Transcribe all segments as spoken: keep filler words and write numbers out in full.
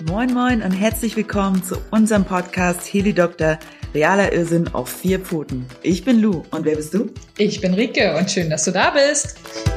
Moin Moin und herzlich willkommen zu unserem Podcast Helidoktor, realer Irrsinn auf vier Pfoten. Ich bin Lou und wer bist du? Ich bin Rike und schön, dass du da bist.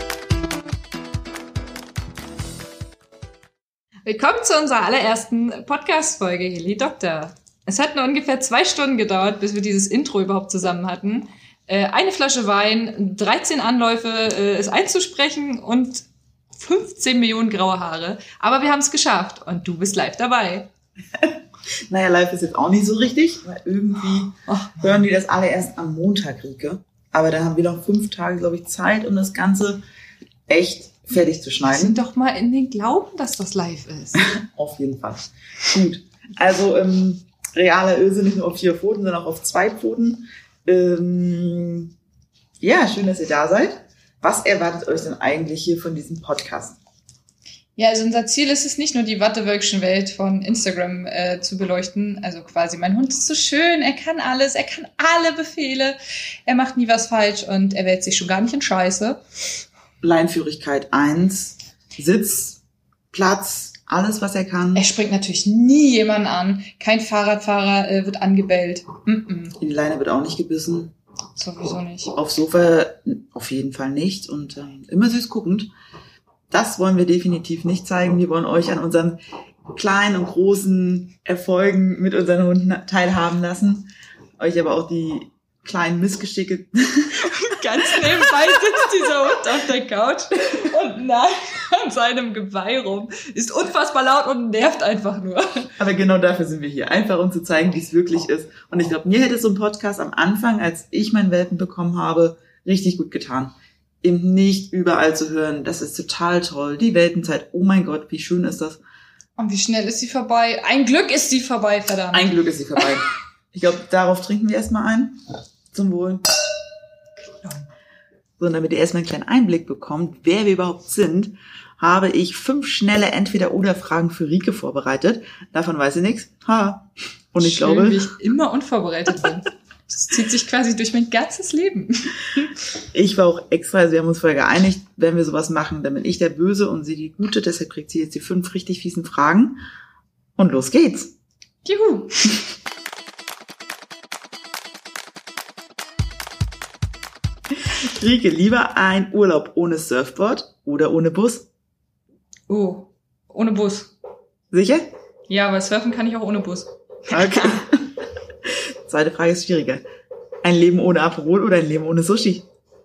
Willkommen zu unserer allerersten Podcast-Folge Helidoktor. Es hat nur ungefähr zwei Stunden gedauert, bis wir dieses Intro überhaupt zusammen hatten. Äh, eine Flasche Wein, dreizehn Anläufe, äh, es einzusprechen und fünfzehn Millionen graue Haare. Aber wir haben es geschafft und du bist live dabei. Naja, live ist jetzt auch nicht so richtig, weil irgendwie oh. hören die das alle erst am Montag, Rike. Aber da haben wir noch fünf Tage, glaube ich, Zeit, um das Ganze echt fertig zu schneiden. Sind doch mal in den Glauben, dass das live ist. Auf jeden Fall. Gut. Also ähm, realer Irrsinn nicht nur auf vier Pfoten, sondern auch auf zwei Pfoten. Ähm, ja, schön, dass ihr da seid. Was erwartet euch denn eigentlich hier von diesem Podcast? Ja, also unser Ziel ist es nicht nur die wattewölkchen Welt von Instagram äh, zu beleuchten. Also quasi, mein Hund ist so schön, er kann alles, er kann alle Befehle, er macht nie was falsch und er wälzt sich schon gar nicht in Scheiße. Leinführigkeit eins, Sitz, Platz, alles, was er kann. Er springt natürlich nie jemanden an. Kein Fahrradfahrer äh, wird angebellt. Mm-mm. Die Leine wird auch nicht gebissen. Sowieso nicht. Auf Sofa auf jeden Fall nicht und ähm, immer süß guckend. Das wollen wir definitiv nicht zeigen. Wir wollen euch an unseren kleinen und großen Erfolgen mit unseren Hunden teilhaben lassen. Euch aber auch die kleinen Missgeschicke. Ganz nebenbei sitzt dieser Hund auf der Couch und neigt an seinem Geweih rum. Ist unfassbar laut und nervt einfach nur. Aber genau dafür sind wir hier. Einfach um zu zeigen, wie es wirklich ist. Und ich glaube, mir hätte so ein Podcast am Anfang, als ich meinen Welpen bekommen habe, richtig gut getan. Eben nicht überall zu hören, das ist total toll. Die Welpenzeit, oh mein Gott, wie schön ist das. Und wie schnell ist sie vorbei? Ein Glück ist sie vorbei, verdammt. Ein Glück ist sie vorbei. Ich glaube, darauf trinken wir erstmal ein. Zum Wohl. So, und damit ihr erstmal einen kleinen Einblick bekommt, wer wir überhaupt sind, habe ich fünf schnelle Entweder-Oder-Fragen für Rike vorbereitet. Davon weiß sie nichts. Ha. Und ich Schön, glaube, wie ich immer unvorbereitet bin. Das zieht sich quasi durch mein ganzes Leben. Ich war auch extra, also wir haben uns vorher geeinigt, wenn wir sowas machen, dann bin ich der Böse und sie die Gute. Deshalb kriegt sie jetzt die fünf richtig fiesen Fragen. Und los geht's. Juhu. Rike, lieber ein Urlaub ohne Surfboard oder ohne Bus? Oh, ohne Bus. Sicher? Ja, aber surfen kann ich auch ohne Bus. Okay. Zweite Frage ist schwieriger. Ein Leben ohne Aperol oder ein Leben ohne Sushi?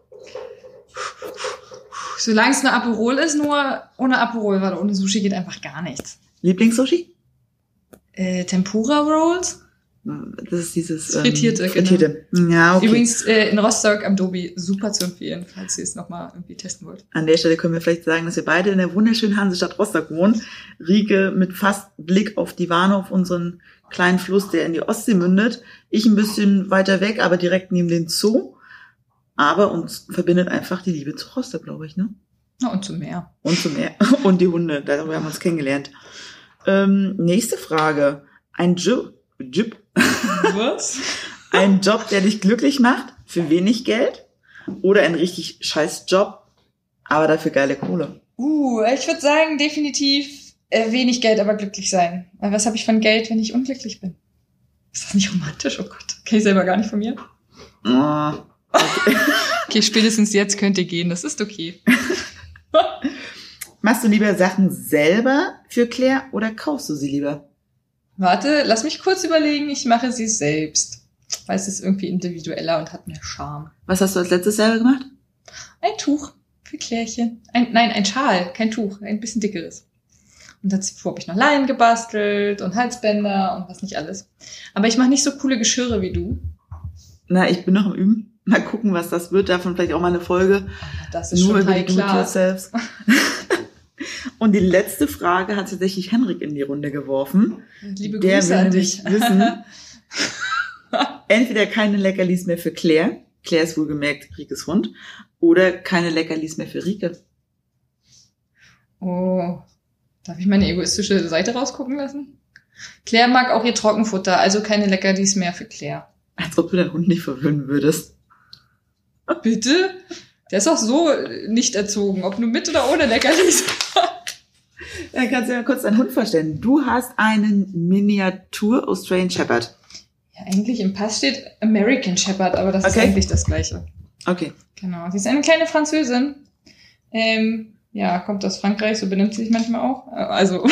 Solange es eine Aperol ist, nur ohne Aperol, weil ohne Sushi geht einfach gar nichts. Lieblingssushi? Äh, Tempura Rolls? Das ist dieses das Frittierte, ähm, Frittierte. Genau. Ja, okay. Übrigens äh, in Rostock am Dobi super zu empfehlen, falls ihr es nochmal irgendwie testen wollt. An der Stelle können wir vielleicht sagen, dass wir beide in der wunderschönen Hansestadt Rostock wohnen. Rike mit fast Blick auf die Warnow, auf unseren kleinen Fluss, der in die Ostsee mündet. Ich ein bisschen weiter weg, aber direkt neben den Zoo. Aber uns verbindet einfach die Liebe zu Rostock, glaube ich, ne? Na, und zum Meer. Und zum Meer. Und die Hunde, darüber haben wir uns kennengelernt. Ähm, nächste Frage. Ein Job. Job. Was? Ein Job, der dich glücklich macht, für wenig Geld? Oder ein richtig scheiß Job, aber dafür geile Kohle? Uh, ich würde sagen, definitiv äh, wenig Geld, aber glücklich sein. Weil was habe ich von Geld, wenn ich unglücklich bin? Ist das nicht romantisch? Oh Gott, kenn ich selber gar nicht von mir. Oh, okay. Okay, spätestens jetzt könnt ihr gehen, das ist okay. Machst du lieber Sachen selber für Claire oder kaufst du sie lieber? Warte, lass mich kurz überlegen, ich mache sie selbst. Weil es ist irgendwie individueller und hat mehr Charme. Was hast du als letztes selber gemacht? Ein Tuch für Klärchen. Ein, nein, ein Schal, kein Tuch, ein bisschen dickeres. Und dazu habe ich noch Leinen gebastelt und Halsbänder und was nicht alles. Aber ich mache nicht so coole Geschirre wie du. Na, ich bin noch im Üben. Mal gucken, was das wird. Davon vielleicht auch mal eine Folge. Das ist Nur schon über high die Do-it-yourselfs. Und die letzte Frage hat tatsächlich Henrik in die Runde geworfen. Liebe Der Grüße will an nämlich dich. wissen, entweder keine Leckerlis mehr für Claire, Claire ist wohlgemerkt Rikes Hund, oder keine Leckerlis mehr für Rike. Oh, darf ich meine egoistische Seite rausgucken lassen? Claire mag auch ihr Trockenfutter, also keine Leckerlis mehr für Claire. Als ob du deinen Hund nicht verwöhnen würdest. Bitte? Der ist auch so nicht erzogen, ob nur mit oder ohne Leckerlis. Dann kannst du dir mal kurz deinen Hund vorstellen. Du hast einen Miniatur Australian Shepherd. Ja, eigentlich im Pass steht American Shepherd, aber das Okay. ist eigentlich das Gleiche. Okay. Genau. Sie ist eine kleine Französin. Ähm, ja, kommt aus Frankreich, so benimmt sie sich manchmal auch. Äh, Also,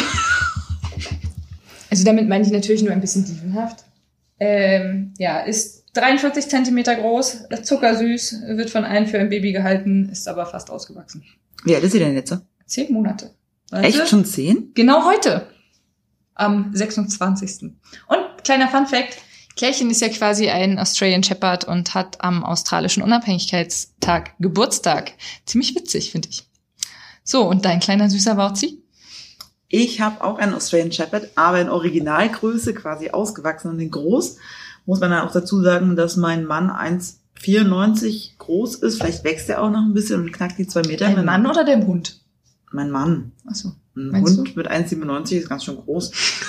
also damit meine ich natürlich nur ein bisschen dievenhaft. Ähm, ja, ist dreiundvierzig Zentimeter groß, zuckersüß, wird von allen für ein Baby gehalten, ist aber fast ausgewachsen. Wie alt ist sie denn jetzt? Zehn Monate. Weißt Echt du? schon zehn? Genau heute. Am sechsundzwanzigsten Und kleiner Funfact, Klärchen ist ja quasi ein Australian Shepherd und hat am australischen Unabhängigkeitstag Geburtstag. Ziemlich witzig, finde ich. So, und dein kleiner süßer Wauzi? Ich habe auch einen Australian Shepherd, aber in Originalgröße, quasi ausgewachsen und in groß. Muss man dann auch dazu sagen, dass mein Mann eins Komma vierundneunzig groß ist. Vielleicht wächst er auch noch ein bisschen und knackt die zwei Meter. Dein Mann oder dein Hund? Mein Mann. Ach so. Ein Meinst Hund du? mit eins Komma siebenundneunzig ist ganz schön groß.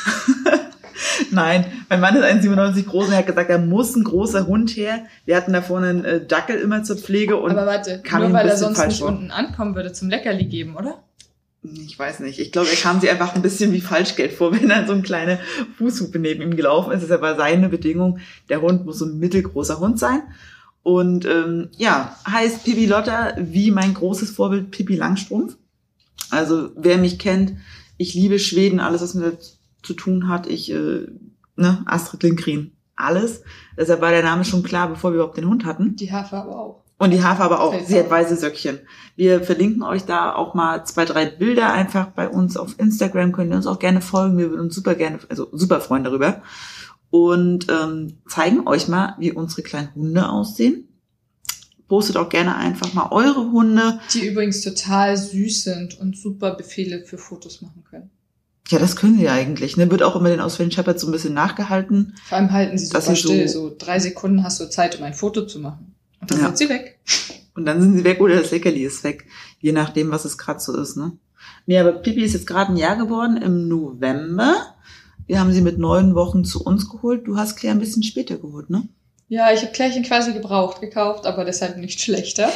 Nein, mein Mann ist eins Komma siebenundneunzig groß und er hat gesagt, da muss ein großer Hund her. Wir hatten da vorne einen äh, Dackel immer zur Pflege. Und Aber warte, kam nur ihm ein weil er bisschen sonst falsch nicht vor. unten ankommen würde zum Leckerli geben, oder? Ich weiß nicht. Ich glaube, er kam sich einfach ein bisschen wie Falschgeld vor, wenn dann so eine kleine Fußhupe neben ihm gelaufen ist. Das ist aber seine Bedingung. Der Hund muss so ein mittelgroßer Hund sein. Und ähm, ja, heißt Pippi Lotta wie mein großes Vorbild Pippi Langstrumpf. Also wer mich kennt, ich liebe Schweden, alles was mit zu tun hat. Ich, äh, ne, Astrid Lindgren, alles. Deshalb war der Name schon klar, bevor wir überhaupt den Hund hatten. Die Haarfarbe auch. Und die Haarfarbe auch. Fällt Sie hat auf. weiße Söckchen. Wir verlinken euch da auch mal zwei, drei Bilder einfach bei uns auf Instagram. Könnt ihr uns auch gerne folgen. Wir würden uns super gerne, also super freuen darüber. Und ähm, zeigen euch mal, wie unsere kleinen Hunde aussehen. Postet auch gerne einfach mal eure Hunde. Die übrigens total süß sind und super Befehle für Fotos machen können. Ja, das können sie eigentlich. Ne? Wird auch immer den Australian Shepherd so ein bisschen nachgehalten. Vor allem halten sie Dass super sie so- still. So drei Sekunden hast du Zeit, um ein Foto zu machen. Und dann Ja. sind sie weg. Und dann sind sie weg oder das Leckerli ist weg. Je nachdem, was es gerade so ist. Ne? Nee, aber Pippi ist jetzt gerade ein Jahr geworden im November. Wir haben sie mit neun Wochen zu uns geholt. Du hast Claire ein bisschen später geholt, ne? Ja, ich habe Klärchen quasi gebraucht gekauft, aber deshalb nicht schlechter.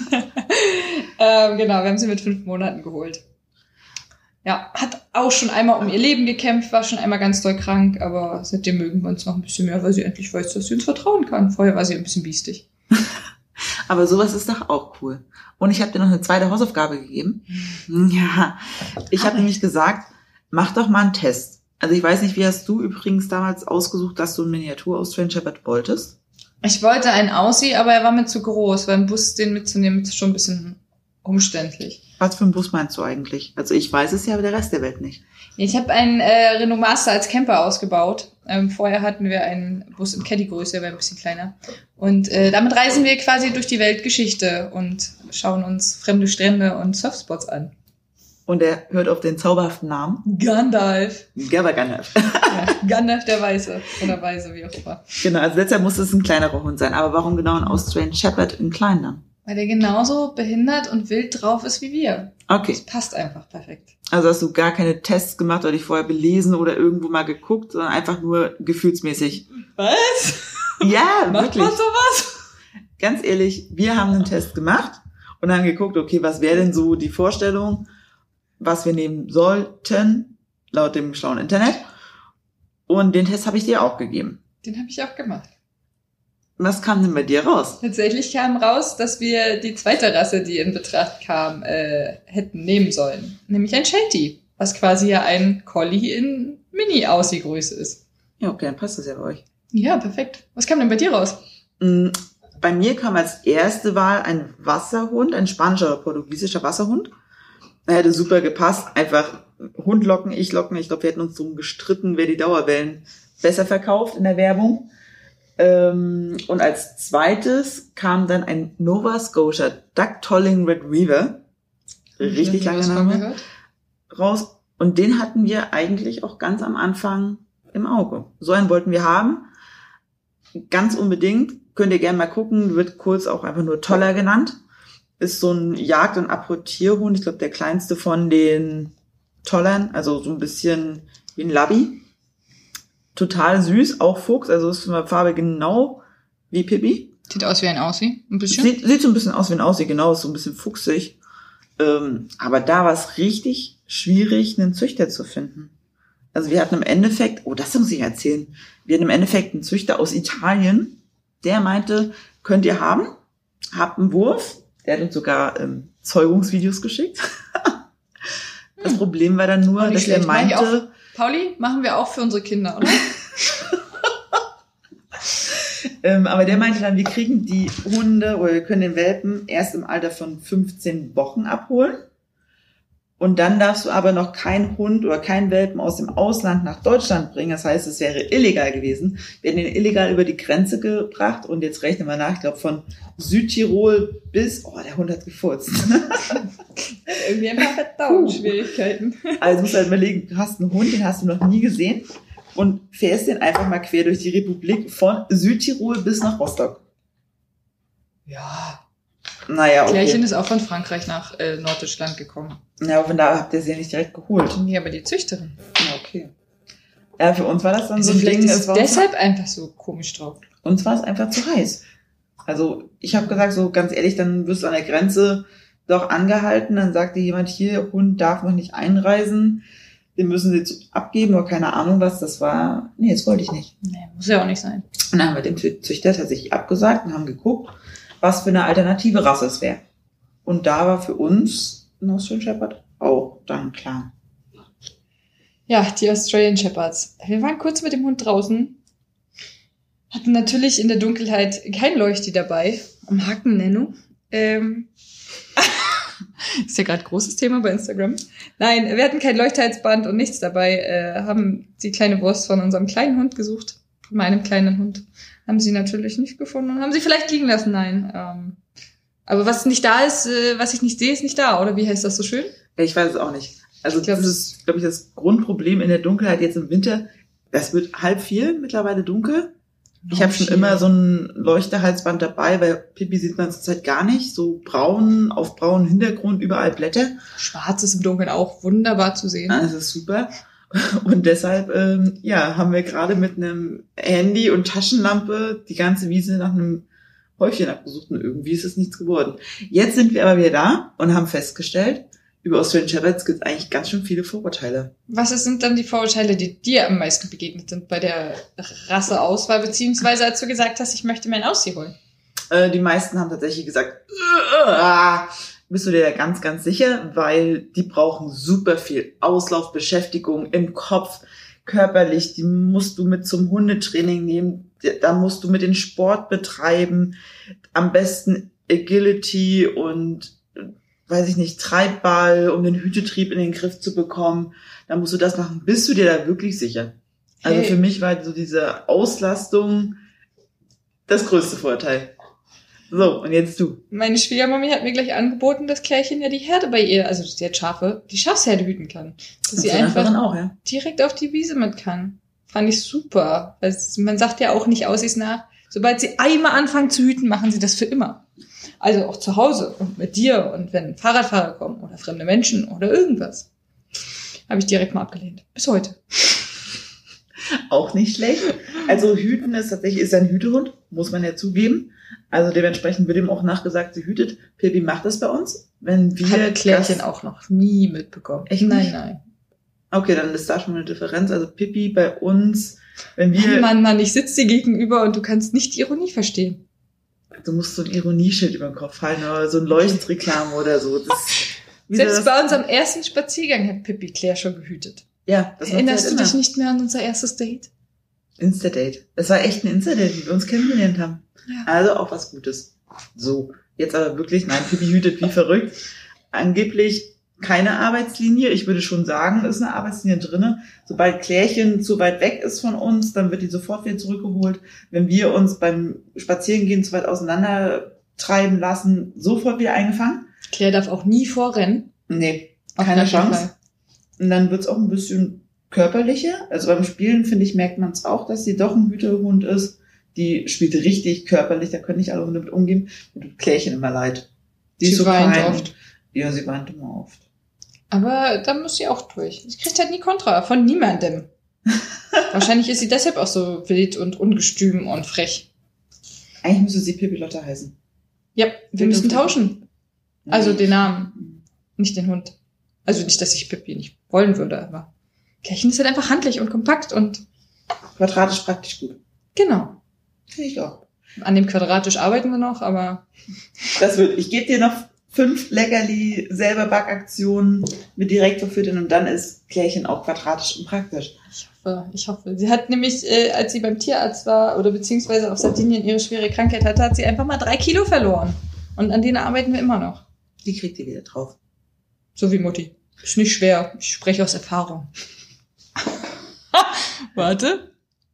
ähm, genau, wir haben sie mit fünf Monaten geholt. Ja, hat auch schon einmal um ihr Leben gekämpft, war schon einmal ganz doll krank, aber seitdem mögen wir uns noch ein bisschen mehr, weil sie endlich weiß, dass sie uns vertrauen kann. Vorher war sie ein bisschen biestig. Aber sowas ist doch auch cool. Und ich habe dir noch eine zweite Hausaufgabe gegeben. Ja, ich habe nämlich gesagt, mach doch mal einen Test. Also ich weiß nicht, wie hast du übrigens damals ausgesucht, dass du einen Miniatur Australian Shepherd wolltest? Ich wollte einen Aussie, aber er war mir zu groß, weil im Bus den mitzunehmen ist schon ein bisschen umständlich. Was für einen Bus meinst du eigentlich? Also ich weiß es ja, aber der Rest der Welt nicht. Ich habe einen äh, Renault Master als Camper ausgebaut. Ähm, vorher hatten wir einen Bus in Caddy-Größe, der war ein bisschen kleiner. Und äh, damit reisen wir quasi durch die Weltgeschichte und schauen uns fremde Strände und Surfspots an. Und er hört auf den zauberhaften Namen. Gandalf. Gandalf. Ja, Gandalf der Weiße. Oder Weise, wie auch immer. Genau, also deshalb muss es ein kleinerer Hund sein. Aber warum genau ein Australian Shepherd in klein dann? Weil der genauso behindert und wild drauf ist wie wir. Okay, Das passt einfach perfekt. also hast du gar keine Tests gemacht oder dich vorher belesen oder irgendwo mal geguckt, sondern einfach nur gefühlsmäßig. Was? Ja, Macht wirklich. man sowas? Ganz ehrlich, wir haben einen Test gemacht und haben geguckt, okay, was wäre denn so die Vorstellung, was wir nehmen sollten, laut dem schlauen Internet. Und den Test habe ich dir auch gegeben. Den habe ich auch gemacht. Was kam denn bei dir raus? Tatsächlich kam raus, dass wir die zweite Rasse, die in Betracht kam, äh, hätten nehmen sollen. Nämlich ein Sheltie, was quasi ja ein Collie in Mini-Aussie-Größe ist. Ja, okay, dann passt das ja bei euch. Ja, perfekt. Was kam denn bei dir raus? Mm, Bei mir kam als erste Wahl ein Wasserhund, ein spanischer oder portugiesischer Wasserhund. Er hätte super gepasst. Einfach Hund locken, ich locken. Ich glaube, wir hätten uns drum gestritten, wer die Dauerwellen besser verkauft in der Werbung. Ähm, und als zweites kam dann ein Nova Scotia Duck Tolling Retriever. Richtig Ich hab langer nie was von Name. gehört. Raus. Und den hatten wir eigentlich auch ganz am Anfang im Auge. So einen wollten wir haben. Ganz unbedingt. Könnt ihr gerne mal gucken. Wird kurz auch einfach nur Toller genannt. Ist so ein Jagd- und Apportierhund. Ich glaube, der kleinste von den Tollern. Also so ein bisschen wie ein Labby. Total süß. Auch Fuchs. Also ist von der Farbe genau wie Pippi. Sieht aus wie ein Aussie, ein bisschen. Sieht, sieht so ein bisschen aus wie ein Aussie. Genau, ist so ein bisschen fuchsig. Ähm, aber da war es richtig schwierig, einen Züchter zu finden. Also wir hatten im Endeffekt, oh, das muss ich erzählen, wir hatten im Endeffekt einen Züchter aus Italien, der meinte, könnt ihr haben, habt einen Wurf, der hat uns sogar ähm, Zeugungsvideos geschickt. Das hm. Problem war dann nur, dass er meinte... Pauli, machen wir auch für unsere Kinder, oder? ähm, aber der meinte dann, wir kriegen die Hunde oder wir können den Welpen erst im Alter von fünfzehn Wochen abholen. Und dann darfst du aber noch keinen Hund oder keinen Welpen aus dem Ausland nach Deutschland bringen. Das heißt, es wäre illegal gewesen. Wir hätten ihn illegal über die Grenze gebracht. Und jetzt rechnen wir nach, ich glaube, von Südtirol bis... Oh, der Hund hat gefurzt. Irgendwie ein paar Verdauungsschwierigkeiten. Also musst du halt überlegen, du hast einen Hund, den hast du noch nie gesehen. Und fährst den einfach mal quer durch die Republik von Südtirol bis nach Rostock. Ja... Naja, okay. Klärchen ist auch von Frankreich nach äh, Norddeutschland gekommen. Ja, aber von da habt ihr sie ja nicht direkt geholt. Nee, aber die Züchterin. Ja, okay. Ja, für uns war das dann also so ein vielleicht Ding. Ist es war deshalb uns, einfach so komisch drauf. Uns war es einfach zu heiß. Also ich habe gesagt, so ganz ehrlich, dann wirst du an der Grenze doch angehalten. Dann sagte jemand, hier, Hund darf noch nicht einreisen. Den müssen sie zu, abgeben oder keine Ahnung was. Das war, nee, das wollte ich nicht. Nee, muss ja auch nicht sein. Und dann haben wir den Züchter tatsächlich abgesagt und haben geguckt, was für eine alternative Rasse es wäre. Und da war für uns ein Australian Shepherd auch dann klar. Ja, die Australian Shepherds. Wir waren kurz mit dem Hund draußen, hatten natürlich in der Dunkelheit kein Leuchti dabei, am Haken Nenno. Ähm, ist ja gerade großes Thema bei Instagram. Nein, wir hatten kein Leuchtheitsband und nichts dabei, äh, haben die kleine Wurst von unserem kleinen Hund gesucht, von meinem kleinen Hund. Haben sie natürlich nicht gefunden und haben sie vielleicht liegen lassen. Nein. Ähm, aber was nicht da ist, äh, was ich nicht sehe, ist nicht da. Oder wie heißt das so schön? Ich weiß es auch nicht. Also ich glaub, das ist, glaube ich, das Grundproblem in der Dunkelheit jetzt im Winter. Das wird halb vier mittlerweile dunkel. Ich habe schon immer so ein Leuchtehalsband dabei, weil Pippi sieht man zurzeit gar nicht. So braun, auf braunen Hintergrund, überall Blätter. Schwarz ist im Dunkeln auch wunderbar zu sehen. Ja, das ist super. Und deshalb, ähm, ja, haben wir gerade mit einem Handy und Taschenlampe die ganze Wiese nach einem Häufchen abgesucht und irgendwie ist es nichts geworden. Jetzt sind wir aber wieder da und haben festgestellt, über Australian Shepherds gibt es eigentlich ganz schön viele Vorurteile. Was sind dann die Vorurteile, die dir am meisten begegnet sind bei der Rasseauswahl, beziehungsweise als du gesagt hast, ich möchte mir ein Aussie holen? Äh, die meisten haben tatsächlich gesagt, äh, bist du dir da ganz, ganz sicher, weil die brauchen super viel Auslaufbeschäftigung im Kopf, körperlich, die musst du mit zum Hundetraining nehmen, da musst du mit den Sport betreiben, am besten Agility und, weiß ich nicht, Treibball, um den Hütetrieb in den Griff zu bekommen, dann musst du das machen. Bist du dir da wirklich sicher? Also hey. Für mich war so diese Auslastung das größte Vorteil. So, und jetzt du. Meine Schwiegermami hat mir gleich angeboten, dass Klärchen ja die Herde bei ihr, also sie hat Schafe, die Schafsherde hüten kann. Dass sie einfach auch, ja. direkt auf die Wiese mit kann. Fand ich super. Weil man sagt ja auch nicht Aussies nach, sobald sie einmal anfangen zu hüten, machen sie das für immer. Also auch zu Hause und mit dir und wenn Fahrradfahrer kommen oder fremde Menschen oder irgendwas. Habe ich direkt mal abgelehnt. Bis heute. Auch nicht schlecht. Also hüten ist tatsächlich ist ein Hütehund, muss man ja zugeben. Also dementsprechend wird ihm auch nachgesagt, sie hütet. Pippi macht das bei uns. Wenn wir hat Klärchen auch noch nie mitbekommen. Echt nein, nicht? Nein. Okay, dann ist da schon eine Differenz. Also Pippi bei uns, wenn wir... Mann, Mann, ich sitze dir gegenüber und du kannst nicht die Ironie verstehen. Du musst so ein Ironieschild über den Kopf halten oder so ein Leuchtreklame oder so. Das, Selbst das? bei unserem ersten Spaziergang hat Pippi Claire schon gehütet. Ja, das Erinnerst halt du dich nicht mehr an unser erstes Date? Insta-Date. Es war echt ein Insta-Date, wie wir uns kennengelernt haben. Ja. Also auch was Gutes. So, jetzt aber wirklich, nein, Pippi hütet wie verrückt. Angeblich keine Arbeitslinie. Ich würde schon sagen, ist eine Arbeitslinie drinne. Sobald Klärchen zu weit weg ist von uns, dann wird die sofort wieder zurückgeholt. Wenn wir uns beim Spazierengehen zu weit auseinander treiben lassen, sofort wieder eingefangen. Claire darf auch nie vorrennen. Nee, keine Chance. Und dann wird's auch ein bisschen körperlicher. Also beim Spielen, finde ich, merkt man es auch, dass sie doch ein Hütehund ist. Die spielt richtig körperlich, da können nicht alle Hunde mit umgehen. Und tut Klärchen immer leid. Die sie ist so weint klein. oft. Ja, sie weint immer oft. Aber da muss sie auch durch. Sie kriegt halt nie Kontra von niemandem. Wahrscheinlich ist sie deshalb auch so wild und ungestüm und frech. Eigentlich müsste sie Pippi Lotta heißen. Ja, wir müssen tauschen. Also den Namen, nicht den Hund. Also nicht, dass ich Pippi nicht wollen würde, aber Klärchen ist halt einfach handlich und kompakt und quadratisch praktisch gut. Genau. Finde ich auch. An dem quadratisch arbeiten wir noch, aber das wird, ich gebe dir noch fünf Leckerli selber Backaktionen mit direkt verfüttern und dann ist Klärchen auch quadratisch und praktisch. Ich hoffe, ich hoffe. Sie hat nämlich, äh, als sie beim Tierarzt war oder beziehungsweise auf Sardinien ihre schwere Krankheit hatte, hat sie einfach mal drei Kilo verloren. Und an denen arbeiten wir immer noch. Die kriegt ihr wieder drauf. So wie Mutti. Ist nicht schwer. Ich spreche aus Erfahrung. Warte.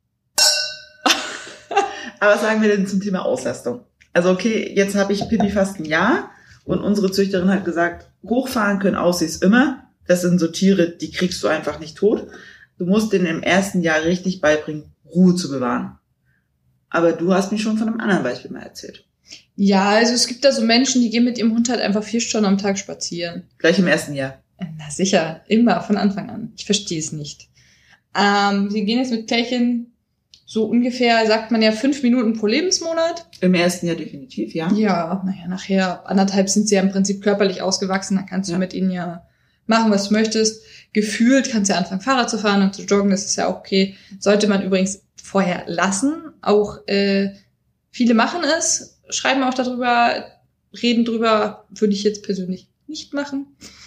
Aber was sagen wir denn zum Thema Auslastung? Also okay, jetzt habe ich Pippi fast ein Jahr und unsere Züchterin hat gesagt, hochfahren können Aussies immer. Das sind so Tiere, die kriegst du einfach nicht tot. Du musst denen im ersten Jahr richtig beibringen, Ruhe zu bewahren. Aber du hast mir schon von einem anderen Beispiel mal erzählt. Ja, also es gibt da so Menschen, die gehen mit ihrem Hund halt einfach vier Stunden am Tag spazieren. Gleich im ersten Jahr? Na sicher, immer, von Anfang an. Ich verstehe es nicht. Ähm, wir gehen jetzt mit Klärchen so ungefähr, sagt man ja, fünf Minuten pro Lebensmonat. Im ersten Jahr definitiv, ja. Ja, naja, nachher anderthalb sind sie ja im Prinzip körperlich ausgewachsen. Dann kannst du ja mit ihnen ja machen, was du möchtest. Gefühlt kannst du ja anfangen, Fahrrad zu fahren und zu joggen. Das ist ja auch okay. Sollte man übrigens vorher lassen. Auch äh, viele machen es, schreiben auch darüber, reden drüber. Würde ich jetzt persönlich nicht machen.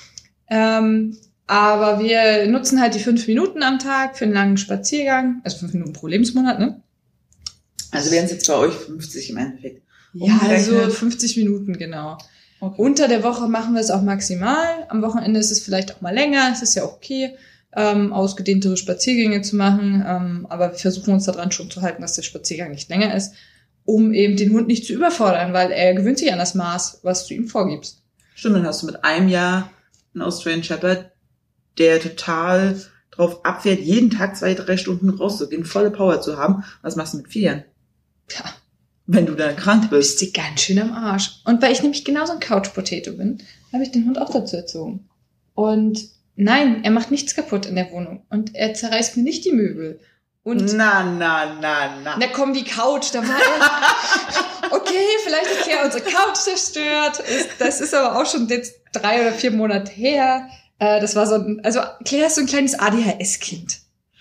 Ähm, aber wir nutzen halt die fünf Minuten am Tag für einen langen Spaziergang. Also fünf Minuten pro Lebensmonat, ne? Also wären es jetzt bei euch fünfzig im Endeffekt. Ja, also fünfzig Minuten, genau. Okay. Unter der Woche machen wir es auch maximal. Am Wochenende ist es vielleicht auch mal länger. Es ist ja auch okay, ähm, ausgedehntere Spaziergänge zu machen. Ähm, aber wir versuchen uns daran schon zu halten, dass der Spaziergang nicht länger ist, um eben den Hund nicht zu überfordern, weil er gewöhnt sich an das Maß, was du ihm vorgibst. Stimmt, dann hast du mit einem Jahr einen Australian Shepherd, der total drauf abfährt, jeden Tag zwei, drei Stunden rauszugehen, volle Power zu haben. Was machst du mit vier Jahren? Ja. Wenn du dann krank bist. Bist du ganz schön am Arsch. Und weil ich nämlich genauso ein Couch-Potato bin, habe ich den Hund auch dazu erzogen. Und nein, er macht nichts kaputt in der Wohnung. Und er zerreißt mir nicht die Möbel. Und na, na, na, na. Na komm, die Couch, da war er. Okay, vielleicht hat er unsere Couch zerstört. Das ist aber auch schon jetzt drei oder vier Monate her. Das war so ein, also Claire ist so ein kleines A D H S-Kind.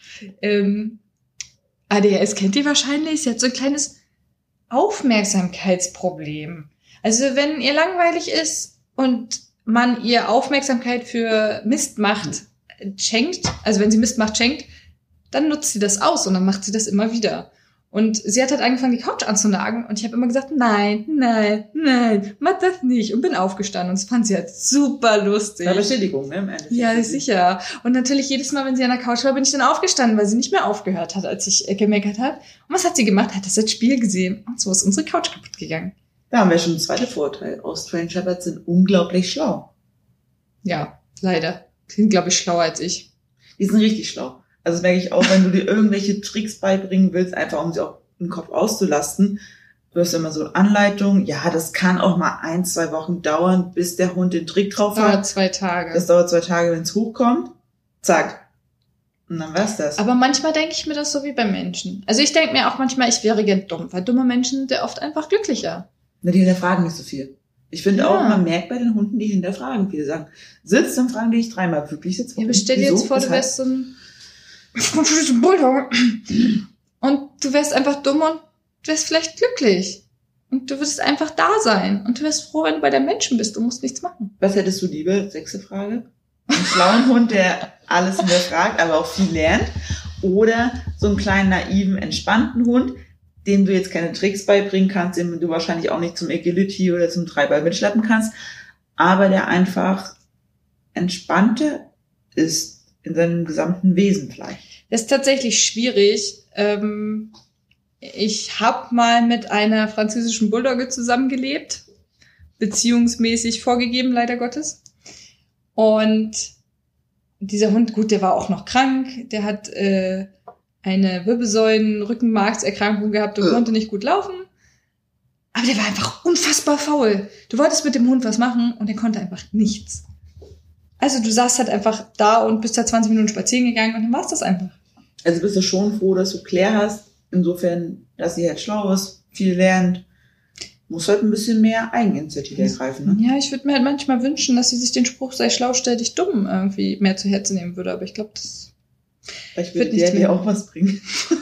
Ähm, A D H S kennt ihr wahrscheinlich. Sie hat so ein kleines Aufmerksamkeitsproblem. Also wenn ihr langweilig ist und man ihr Aufmerksamkeit für Mist macht, schenkt, also wenn sie Mist macht, schenkt, dann nutzt sie das aus und dann macht sie das immer wieder. Und sie hat halt angefangen, die Couch anzunagen und ich habe immer gesagt, nein, nein, nein, mach das nicht und bin aufgestanden und das fand sie halt super lustig. Bei Bestätigung, ne? Im Endeffekt. Ja, sicher. Und natürlich jedes Mal, wenn sie an der Couch war, bin ich dann aufgestanden, weil sie nicht mehr aufgehört hat, als ich äh, gemeckert habe. Und was hat sie gemacht? Hat das als Spiel gesehen und so ist unsere Couch kaputt gegangen. Da haben wir schon einen zweiten Vorteil. Australian Shepherds sind unglaublich schlau. Ja, leider. Die sind, glaube ich, schlauer als ich. Die sind richtig schlau. Also das merke ich auch, wenn du dir irgendwelche Tricks beibringen willst, einfach um sie auch im Kopf auszulasten. Du hast immer so Anleitungen. Ja, das kann auch mal ein, zwei Wochen dauern, bis der Hund den Trick drauf Das hat. dauert zwei Tage. Das dauert zwei Tage, wenn es hochkommt. Zack. Und dann war's das. Aber manchmal denke ich mir das so wie bei Menschen. Also ich denke mir auch manchmal, ich wäre gern dumm, weil dumme Menschen sind ja oft einfach glücklicher. Na, die hinterfragen nicht so viel. Ich finde Ja. auch, man merkt bei den Hunden, die hinterfragen. Viele sagen, sitzt, dann fragen die dich dreimal. Wirklich sitzt? Ja, aber stell dir Wieso? jetzt vor, du Weshalb? wärst so ein Bulldog und du wärst einfach dumm und wärst vielleicht glücklich. Und du würdest einfach da sein. Und du wärst froh, wenn du bei der Menschen bist. Du musst nichts machen. Was hättest du lieber? Sechste Frage. Einen schlauen Hund, der alles hinterfragt, aber auch viel lernt. Oder so einen kleinen, naiven, entspannten Hund, dem du jetzt keine Tricks beibringen kannst, den du wahrscheinlich auch nicht zum Agility oder zum Treibball mitschleppen kannst, aber der einfach entspannter ist in seinem gesamten Wesen vielleicht. Das ist tatsächlich schwierig. Ähm, ich habe mal mit einer französischen Bulldogge zusammengelebt, beziehungsmäßig vorgegeben, leider Gottes. Und dieser Hund, gut, der war auch noch krank, der hat äh, eine Wirbelsäulen-Rückenmarkserkrankung gehabt und Ja. konnte nicht gut laufen. Aber der war einfach unfassbar faul. Du wolltest mit dem Hund was machen und er konnte einfach nichts. Also du saßt halt einfach da und bist da zwanzig Minuten spazieren gegangen und dann war's das einfach. Also bist du schon froh, dass du Claire hast, insofern, dass sie halt schlau ist, viel lernt. muss halt ein bisschen mehr Eigeninitiative ergreifen. Ne? Ja, ich würde mir halt manchmal wünschen, dass sie sich den Spruch, sei schlau, stell dich dumm, irgendwie mehr zu Herzen nehmen würde. Aber ich glaube, das Vielleicht wird der dir auch was bringen.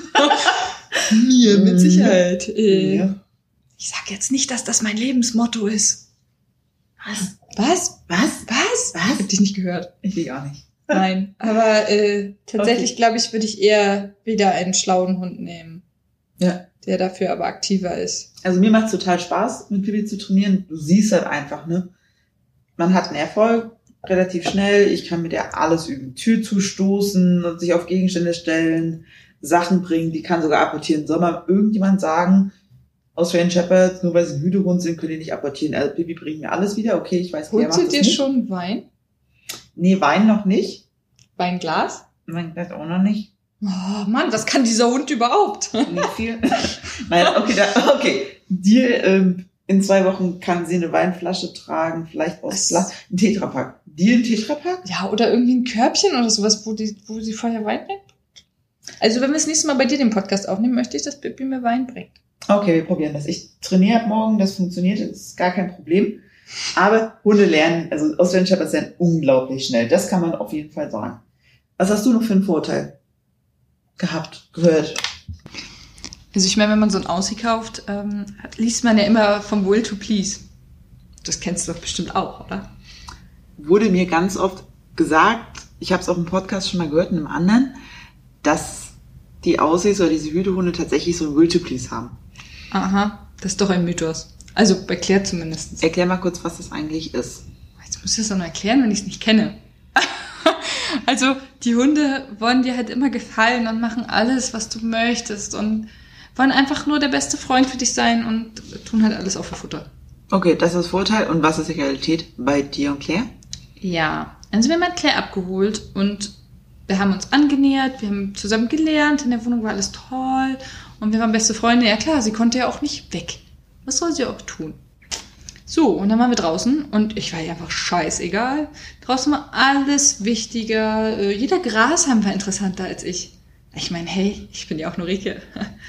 Mir, mit Sicherheit. Äh, Ja. Ich sag jetzt nicht, dass das mein Lebensmotto ist. Was? Was? Was? Was? Was? Ich hab dich nicht gehört. Ich will gar nicht. Nein. Aber äh, tatsächlich, Okay. glaube ich, würde ich eher wieder einen schlauen Hund nehmen. Ja. Der dafür aber aktiver ist. Also mir macht es total Spaß, mit Pippi zu trainieren. Du siehst halt einfach, ne? Man hat einen Erfolg relativ schnell. Ich kann mit der alles üben. Tür zustoßen und sich auf Gegenstände stellen, Sachen bringen. Die kann sogar apportieren. Soll mal irgendjemand sagen, Australian Shepherds, nur weil sie ein Hütehund sind, können die nicht apportieren. Also Pippi bringt mir alles wieder. Okay, ich weiß, wer Holt macht sie das dir nicht. schon Wein? Nee, Wein noch nicht. Weinglas? Wein das auch noch nicht. Oh Mann, was kann dieser Hund überhaupt? Nicht viel. Nein, okay, da, okay. Deal, ähm, in zwei Wochen kann sie eine Weinflasche tragen, vielleicht aus Was? Glas. Ein Tetrapack. Deal, ein Tetrapack? Ja, oder irgendwie ein Körbchen oder sowas, wo, die, wo sie vorher Wein bringt. Also wenn wir das nächste Mal bei dir den Podcast aufnehmen, möchte ich, dass Pippi mir Wein bringt. Okay, wir probieren das. Ich trainiere ab morgen, das funktioniert, das ist gar kein Problem. Aber Hunde lernen, also Australian Shepherds lernen unglaublich schnell. Das kann man auf jeden Fall sagen. Was hast du noch für einen Vorteil gehabt, gehört? Also ich meine, wenn man so ein Aussie kauft, ähm, liest man ja immer vom Will to Please. Das kennst du doch bestimmt auch, oder? Wurde mir ganz oft gesagt, ich habe es auch im Podcast schon mal gehört, in einem anderen, dass die Aussies oder diese Hütehunde tatsächlich so ein Will to Please haben. Aha, das ist doch ein Mythos. Also erklärt zumindest. Erklär mal kurz, was das eigentlich ist. Jetzt muss ich das doch noch erklären, wenn ich es nicht kenne. Also die Hunde wollen dir halt immer gefallen und machen alles, was du möchtest und wollen einfach nur der beste Freund für dich sein und tun halt alles auch für Futter. Okay, das ist das Vorteil. Und was ist die Realität bei dir und Claire? Ja, also wir haben halt Claire abgeholt und wir haben uns angenähert, wir haben zusammen gelernt, in der Wohnung war alles toll und wir waren beste Freunde. Ja klar, sie konnte ja auch nicht weg. Was soll sie auch tun? So, und dann waren wir draußen und ich war ihr einfach scheißegal. Draußen war alles wichtiger. Äh, Jeder Grashalm war interessanter als ich. Ich meine, hey, ich bin ja auch nur Rike.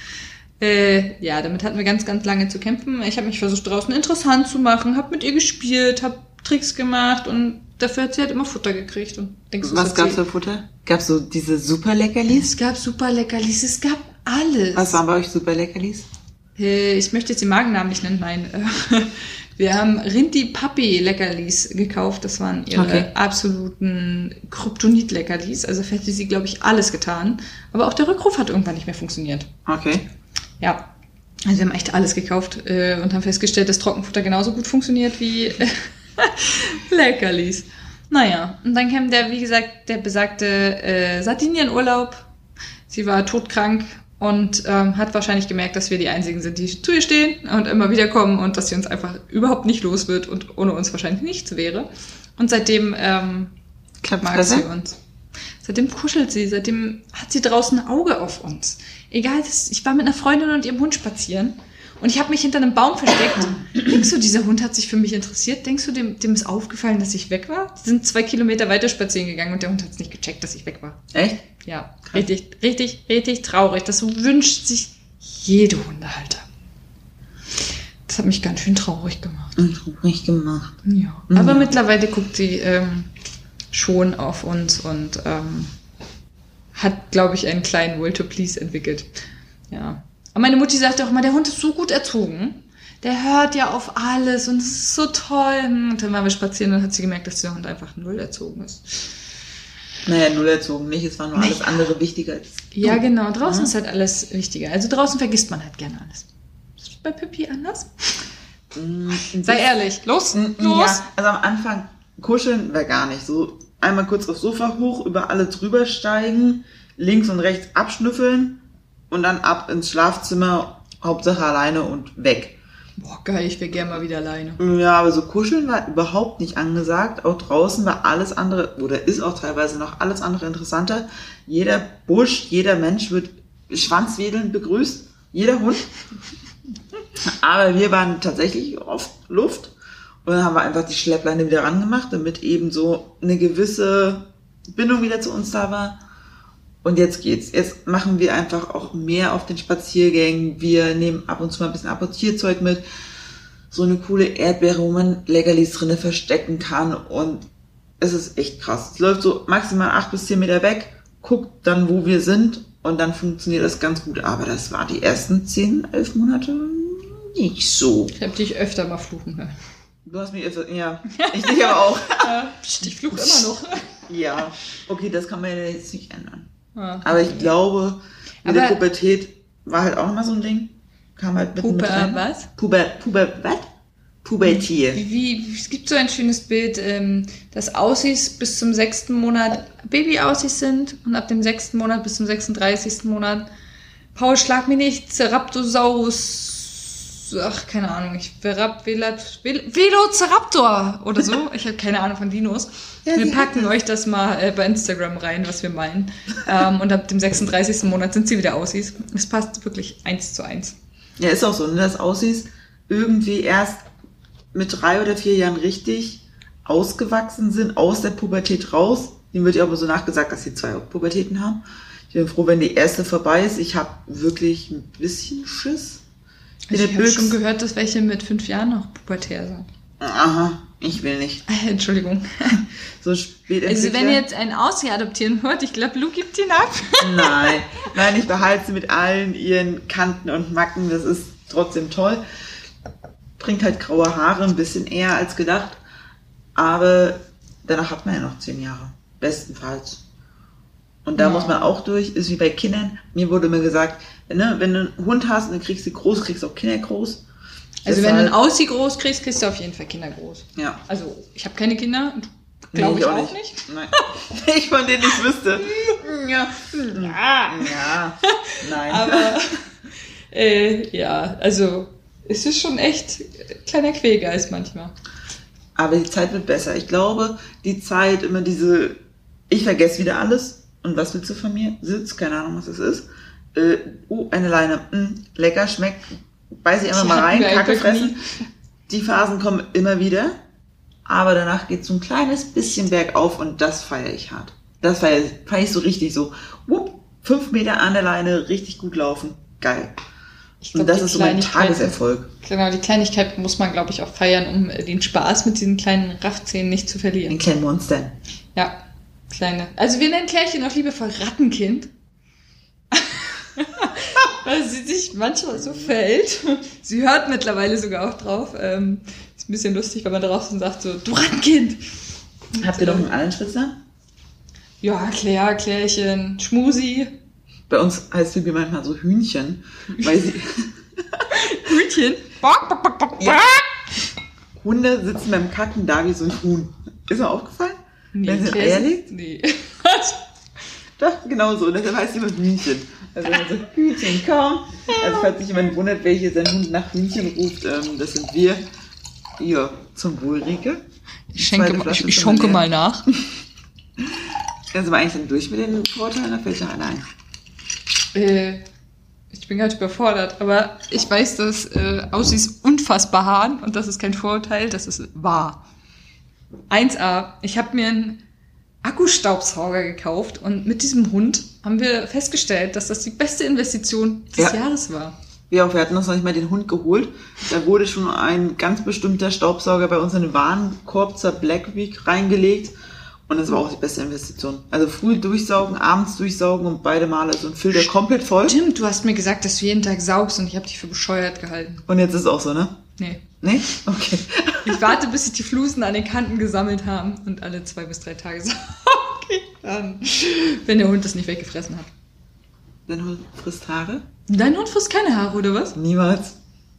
äh, ja, damit hatten wir ganz, ganz lange zu kämpfen. Ich habe mich versucht, draußen interessant zu machen, habe mit ihr gespielt, habe Tricks gemacht und dafür hat sie halt immer Futter gekriegt. Und denkst du, Was gab's für Futter? Gab's so diese super Leckerlis? Es gab super Leckerlis, es gab alles. Was waren bei euch super Leckerlis? Äh, Ich möchte jetzt den Magennamen nicht nennen, nein. äh, Wir haben Rinti Papi Leckerlis gekauft. Das waren ihre Okay. absoluten Kryptonit-Leckerlis. Also hätte sie, glaube ich, alles getan. Aber auch der Rückruf hat irgendwann nicht mehr funktioniert. Okay. Ja, also wir haben echt alles gekauft äh, und haben festgestellt, dass Trockenfutter genauso gut funktioniert wie äh, Leckerlis. Naja, und dann kam der, wie gesagt, der besagte äh, Sardinienurlaub. Sie war todkrank und ähm, hat wahrscheinlich gemerkt, dass wir die Einzigen sind, die zu ihr stehen und immer wieder kommen und dass sie uns einfach überhaupt nicht los wird und ohne uns wahrscheinlich nichts wäre. Und seitdem ähm, Klappt mag besser? sie uns. Seitdem kuschelt sie, seitdem hat sie draußen ein Auge auf uns. Egal, das, ich war mit einer Freundin und ihrem Hund spazieren und ich habe mich hinter einem Baum versteckt. Denkst du, dieser Hund hat sich für mich interessiert? Denkst du, dem, dem ist aufgefallen, dass ich weg war? Die sind zwei Kilometer weiter spazieren gegangen und der Hund hat es nicht gecheckt, dass ich weg war. Echt? Ja, richtig, richtig, richtig traurig. Das wünscht sich jede Hundehalter. Das hat mich ganz schön traurig gemacht. Nicht gemacht. Ja. Mhm. Aber mittlerweile guckt sie ähm, schon auf uns und ähm, hat, glaube ich, einen kleinen Will to Please entwickelt. Ja. Aber meine Mutti sagte auch immer, der Hund ist so gut erzogen. Der hört ja auf alles und es ist so toll. Und dann waren wir spazieren und hat sie gemerkt, dass der Hund einfach null erzogen ist. Naja, null erzogen nicht. Es war nur alles Naja. andere wichtiger als Ja, du. genau. Draußen Ja. ist halt alles wichtiger. Also draußen vergisst man halt gerne alles. Ist das bei Pippi anders? Mm, Sei ehrlich. Los, Mm, los. Ja, also am Anfang kuscheln wäre gar nicht so. Einmal kurz aufs Sofa hoch, über alle drüber steigen, links und rechts abschnüffeln und dann ab ins Schlafzimmer, Hauptsache alleine und weg. Boah, geil, ich wäre gerne mal wieder alleine. Ja, aber so kuscheln war überhaupt nicht angesagt. Auch draußen war alles andere, oder ist auch teilweise noch alles andere interessanter. Jeder Busch, jeder Mensch wird schwanzwedelnd begrüßt. Jeder Hund. Aber wir waren tatsächlich auf Luft. Und dann haben wir einfach die Schleppleine wieder rangemacht, damit eben so eine gewisse Bindung wieder zu uns da war. Und jetzt geht's. Jetzt machen wir einfach auch mehr auf den Spaziergängen. Wir nehmen ab und zu mal ein bisschen Apportierzeug mit. so eine coole Erdbeere, wo man Leckerlis drinne verstecken kann und es ist echt krass. Es läuft so maximal acht bis zehn Meter weg, guckt dann, wo wir sind und dann funktioniert das ganz gut. Aber das war die ersten zehn, elf Monate nicht so. Ich habe dich öfter mal fluchen hören. Du hast mich öfter, ja, ich dich aber auch. Ja, ich fluche immer noch. Ja, okay, das kann man ja jetzt nicht ändern. Ja. Aber ich glaube, mit aber der Pubertät war halt auch nochmal so ein Ding. Kam halt mitten Puber, mit rein. was? Puber, Puber, was? Pubertier. Wie, wie, es gibt so ein schönes Bild, ähm, dass Aussies bis zum sechsten Monat Baby-Aussies sind und ab dem sechsten Monat bis zum sechsunddreißigsten Monat Paul, schlag mich nicht, Ceraptosaurus, ach, keine Ahnung, ich Verap, Velat, Vel, Velociraptor oder so. Ich habe keine Ahnung von Dinos. Ja, wir packen hatten. euch das mal äh, bei Instagram rein, was wir meinen. ähm, und ab dem sechsunddreißigsten Monat sind sie wieder Aussies. Es passt wirklich eins zu eins. Ja, ist auch so, ne, dass Aussies irgendwie erst mit drei oder vier Jahren richtig ausgewachsen sind, aus der Pubertät raus. Dem wird ja aber so nachgesagt, dass sie zwei Pubertäten haben. Ich bin froh, wenn die erste vorbei ist. Ich habe wirklich ein bisschen Schiss. Also ich habe schon gehört, dass welche mit fünf Jahren noch pubertär sind. Aha, ich will nicht. Entschuldigung. So spät. Also wenn ihr jetzt einen Aussie adoptieren wollt, ich glaube, Luke gibt ihn ab. Nein, nein, ich behalte sie mit allen ihren Kanten und Macken. Das ist trotzdem toll. Bringt halt graue Haare ein bisschen eher als gedacht. Aber danach hat man ja noch zehn Jahre. Bestenfalls. Und da Ja. muss man auch durch. Ist wie bei Kindern. Mir wurde immer gesagt, ne, wenn du einen Hund hast und dann kriegst du groß, kriegst du auch Kinder groß. Also Deshalb, wenn du einen Aussie groß kriegst, kriegst du auf jeden Fall Kinder groß. Ja. Also ich habe keine Kinder, glaube Nee, ich auch nicht. Nein. Ich von denen nicht wüsste. Ja. Ja. Ja. Nein. Aber äh, ja, also es ist schon echt kleiner Quälgeist manchmal. Aber die Zeit wird besser. Ich glaube, die Zeit, immer diese, ich vergesse wieder alles. Und was willst du von mir? Sitz, keine Ahnung, was das ist. Äh, oh, eine Leine. Mm, lecker, schmeckt. Beiß ich einfach Die mal hatten rein, wir Kacke einfach fressen. Die Phasen kommen immer wieder. Aber danach geht es so ein kleines bisschen bergauf und das feiere ich hart. Das feiere feier ich so richtig so. Wupp, fünf Meter an der Leine, richtig gut laufen. Geil. Ich Und glaub, das die ist so mein Kleinigkeiten- Tageserfolg. Genau, die Kleinigkeit muss man, glaube ich, auch feiern, um äh, den Spaß mit diesen kleinen Raffzähnen nicht zu verlieren. Ein kleinen Monster. Ja, kleine. Also wir nennen Klärchen auch liebevoll Rattenkind. Weil sie sich manchmal so verhält. Sie hört mittlerweile sogar auch drauf. Ähm, ist ein bisschen lustig, wenn man draußen sagt so, du Rattenkind. Habt ihr doch einen Allenspitzer? Ja, Klär, Klärchen, Schmusi. Bei uns heißt Bibi manchmal so Hühnchen, weil sie Hühnchen. Ja. Hunde sitzen beim Kacken da wie so ein Huhn. Ist mir aufgefallen? Nee, Wenn sie ein Klär- Eier legt? Nee. Doch, genau so. Und deshalb heißt sie immer Hühnchen. Also wenn man so Hühnchen, komm. Also falls sich jemand wundert, wer hier seinen Hund nach Hühnchen ruft, ähm, das sind wir. Ja, zum Wohl, Rieke. Ich, schenke, Zweite ich, Flasche ich ist schonke immer mal leer. nach. Dann sind wir eigentlich dann durch mit den Vorteilen, da fällt ja einer ein. Äh, ich bin gerade überfordert, aber ich weiß, dass äh, Aussies unfassbar Haaren und das ist kein Vorurteil, das ist wahr. eins a, ich habe mir einen Akkustaubsauger gekauft und mit diesem Hund haben wir festgestellt, dass das die beste Investition des Ja. Jahres war. Wir auch, wir hatten uns noch nicht mal den Hund geholt. Da wurde schon ein ganz bestimmter Staubsauger bei uns in den Warenkorb zur Black Week reingelegt. Und das war auch die beste Investition. Also früh durchsaugen, abends durchsaugen und beide Male so ein Filter komplett voll. Stimmt, du hast mir gesagt, dass du jeden Tag saugst und ich habe dich für bescheuert gehalten. Und jetzt ist es auch so, ne? Nee. Nee? Okay. Ich warte, bis sich die Flusen an den Kanten gesammelt haben und alle zwei bis drei Tage saugen. Okay, dann, wenn der Hund das nicht weggefressen hat. Dein Hund frisst Haare? Dein Hund frisst keine Haare, oder was? Niemals.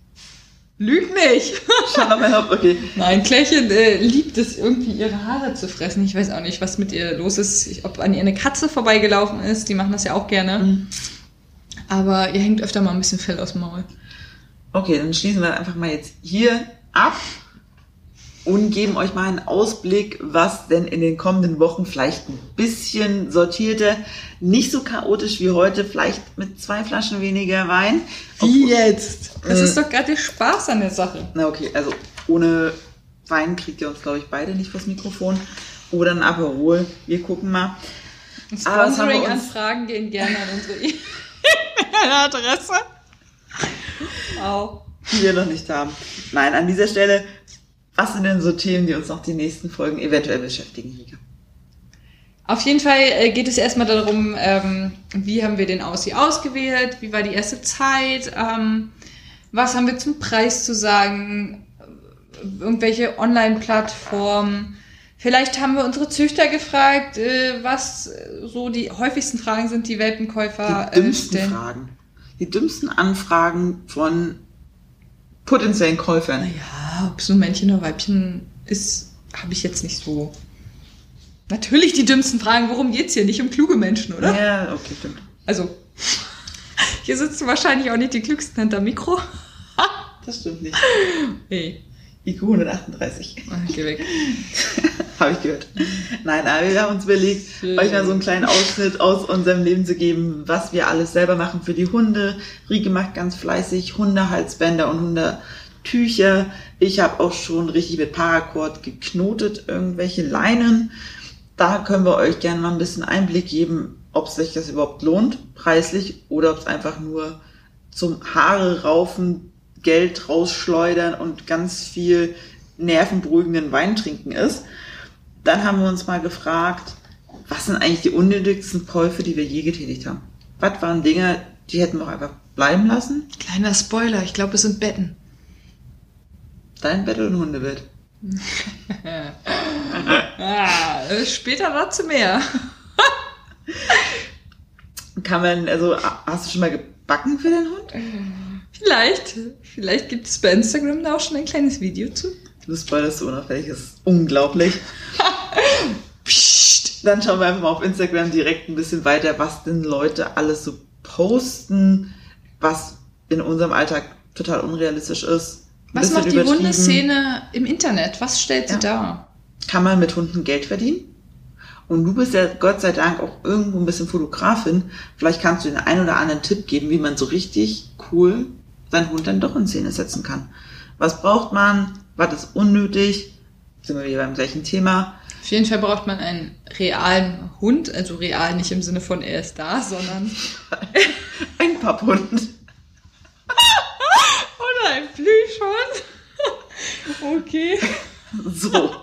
Lüg nicht! Schau mal mein Haupt, okay. Nein, Klärchen äh, liebt es, irgendwie ihre Haare zu fressen. Ich weiß auch nicht, was mit ihr los ist. Ich, ob an ihr eine Katze vorbeigelaufen ist. Die machen das ja auch gerne. Mhm. Aber ihr hängt öfter mal ein bisschen Fell aus dem Maul. Okay, dann schließen wir einfach mal jetzt hier ab und geben euch mal einen Ausblick, was denn in den kommenden Wochen vielleicht ein bisschen sortierter, nicht so chaotisch wie heute, vielleicht mit zwei Flaschen weniger Wein. Wie Obwohl- jetzt? Das Äh. ist doch gerade der Spaß an der Sache. Na okay, also ohne Wein kriegt ihr uns, glaube ich, beide nicht vors Mikrofon. Oder ein Aperol. Wir gucken mal. Aber was haben wir uns- Sponsoring-Anfragen gehen gerne an unsere E-Mail-Adresse. Wow. die wir noch nicht haben. Nein, an dieser Stelle, was sind denn so Themen, die uns noch die nächsten Folgen eventuell beschäftigen, Rika? Auf jeden Fall geht es erstmal darum, ähm, wie haben wir den Aussie ausgewählt, wie war die erste Zeit, ähm, was haben wir zum Preis zu sagen, irgendwelche Online-Plattformen. Vielleicht haben wir unsere Züchter gefragt, äh, was so die häufigsten Fragen sind, die Welpenkäufer die dümmsten äh, stellen. Fragen. Die dümmsten Anfragen von potenziellen Käufern. Naja, ob es nun Männchen oder Weibchen ist, habe ich jetzt nicht so. Natürlich die dümmsten Fragen, worum geht's hier? Nicht um kluge Menschen, oder? Ja, okay, stimmt. Also, hier sitzen wahrscheinlich auch nicht die klügsten hinterm Mikro. Das stimmt nicht. Hey. I Q hundertachtunddreißig. Ach, geh weg. Habe ich gehört. Nein, aber wir haben uns überlegt, Schön. euch mal so einen kleinen Ausschnitt aus unserem Leben zu geben, was wir alles selber machen für die Hunde. Rieke macht ganz fleißig Hundehalsbänder und Hundetücher. Ich habe auch schon richtig mit Paracord geknotet, irgendwelche Leinen. Da können wir euch gerne mal ein bisschen Einblick geben, ob sich das überhaupt lohnt, preislich, oder ob es einfach nur zum Haare raufen, Geld rausschleudern und ganz viel nervenberuhigenden Wein trinken ist. Dann haben wir uns mal gefragt, was sind eigentlich die unnötigsten Käufe, die wir je getätigt haben? Was waren Dinge, die hätten wir auch einfach bleiben lassen? Kleiner Spoiler, ich glaube, es sind Betten. Dein Bett oder ein Hundebett? ah, später dazu mehr. Kann man, also, hast du schon mal gebacken für den Hund? Vielleicht. Vielleicht gibt es bei Instagram da auch schon ein kleines Video zu. Du spoilerst so unauffällig, das ist unglaublich. Psst. Dann schauen wir einfach mal auf Instagram direkt ein bisschen weiter, was denn Leute alles so posten, was in unserem Alltag total unrealistisch ist. Was macht die Hundeszene im Internet? Was stellt sie ja. dar? Kann man mit Hunden Geld verdienen? Und du bist ja Gott sei Dank auch irgendwo ein bisschen Fotografin. Vielleicht kannst du den einen oder anderen Tipp geben, wie man so richtig cool seinen Hund dann doch in Szene setzen kann. Was braucht man? Was ist unnötig? Sind wir wieder beim gleichen Thema. Auf jeden Fall braucht man einen realen Hund. Also real nicht im Sinne von er ist da, sondern ein Papphund. Oder ein Plüschhund. Okay. So.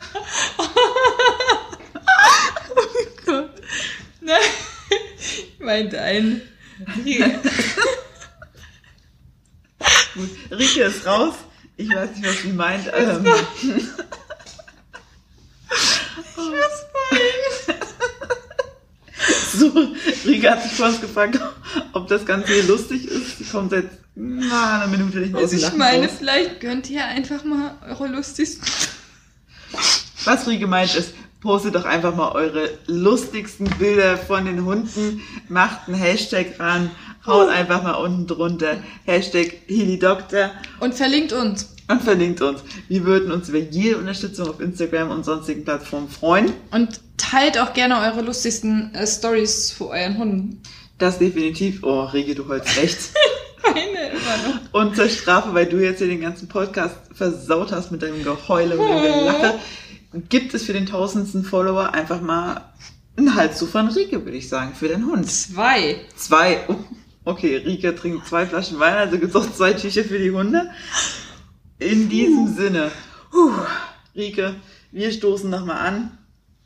Oh Gott. Nein. Ich meinte ein Rieke. Gut, Rieke ist raus. Ich weiß nicht, was sie meint. Ähm. Ich muss weinen. So, Rieke hat sich vor uns gefragt, ob das Ganze hier lustig ist. Sie kommt seit na, einer Minute nicht mehr aus dem Also ich meine, raus. Vielleicht könnt ihr einfach mal eure lustigsten... Was Rieke meint ist, postet doch einfach mal eure lustigsten Bilder von den Hunden, macht einen Hashtag ran, haut einfach mal unten drunter, Hashtag HeliDoktor. Und verlinkt uns. Und verlinkt uns. Wir würden uns über jede Unterstützung auf Instagram und sonstigen Plattformen freuen. Und teilt auch gerne eure lustigsten äh, Stories für euren Hunden. Das definitiv. Oh, Rieke, du holst rechts. Meine immer noch. Und zur Strafe, weil du jetzt hier den ganzen Podcast versaut hast mit deinem Geheule und deinem Gelache, gibt es für den tausendsten Follower einfach mal einen Hals zu von Rieke, würde ich sagen, für den Hund. Zwei. Zwei. Oh, okay, Rieke trinkt zwei Flaschen Wein, also gibt es auch zwei Tücher für die Hunde. In diesem uh. Sinne, uh, Rieke, wir stoßen nochmal an.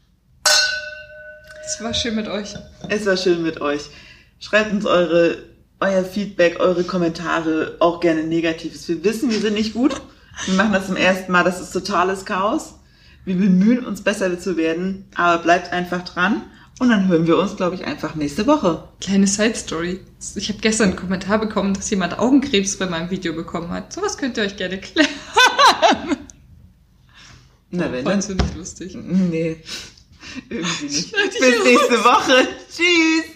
Es war schön mit euch. Es war schön mit euch. Schreibt uns eure, euer Feedback, eure Kommentare, auch gerne Negatives. Wir wissen, wir sind nicht gut. Wir machen das zum ersten Mal, das ist totales Chaos. Wir bemühen uns, besser zu werden, aber bleibt einfach dran. Und dann hören wir uns, glaube ich, einfach nächste Woche. Kleine Side-Story. Ich habe gestern einen Kommentar bekommen, dass jemand Augenkrebs bei meinem Video bekommen hat. Sowas könnt ihr euch gerne klären. Na, wenn Fandst du nicht lustig? Nee, irgendwie nicht. Bis nächste Woche. Tschüss.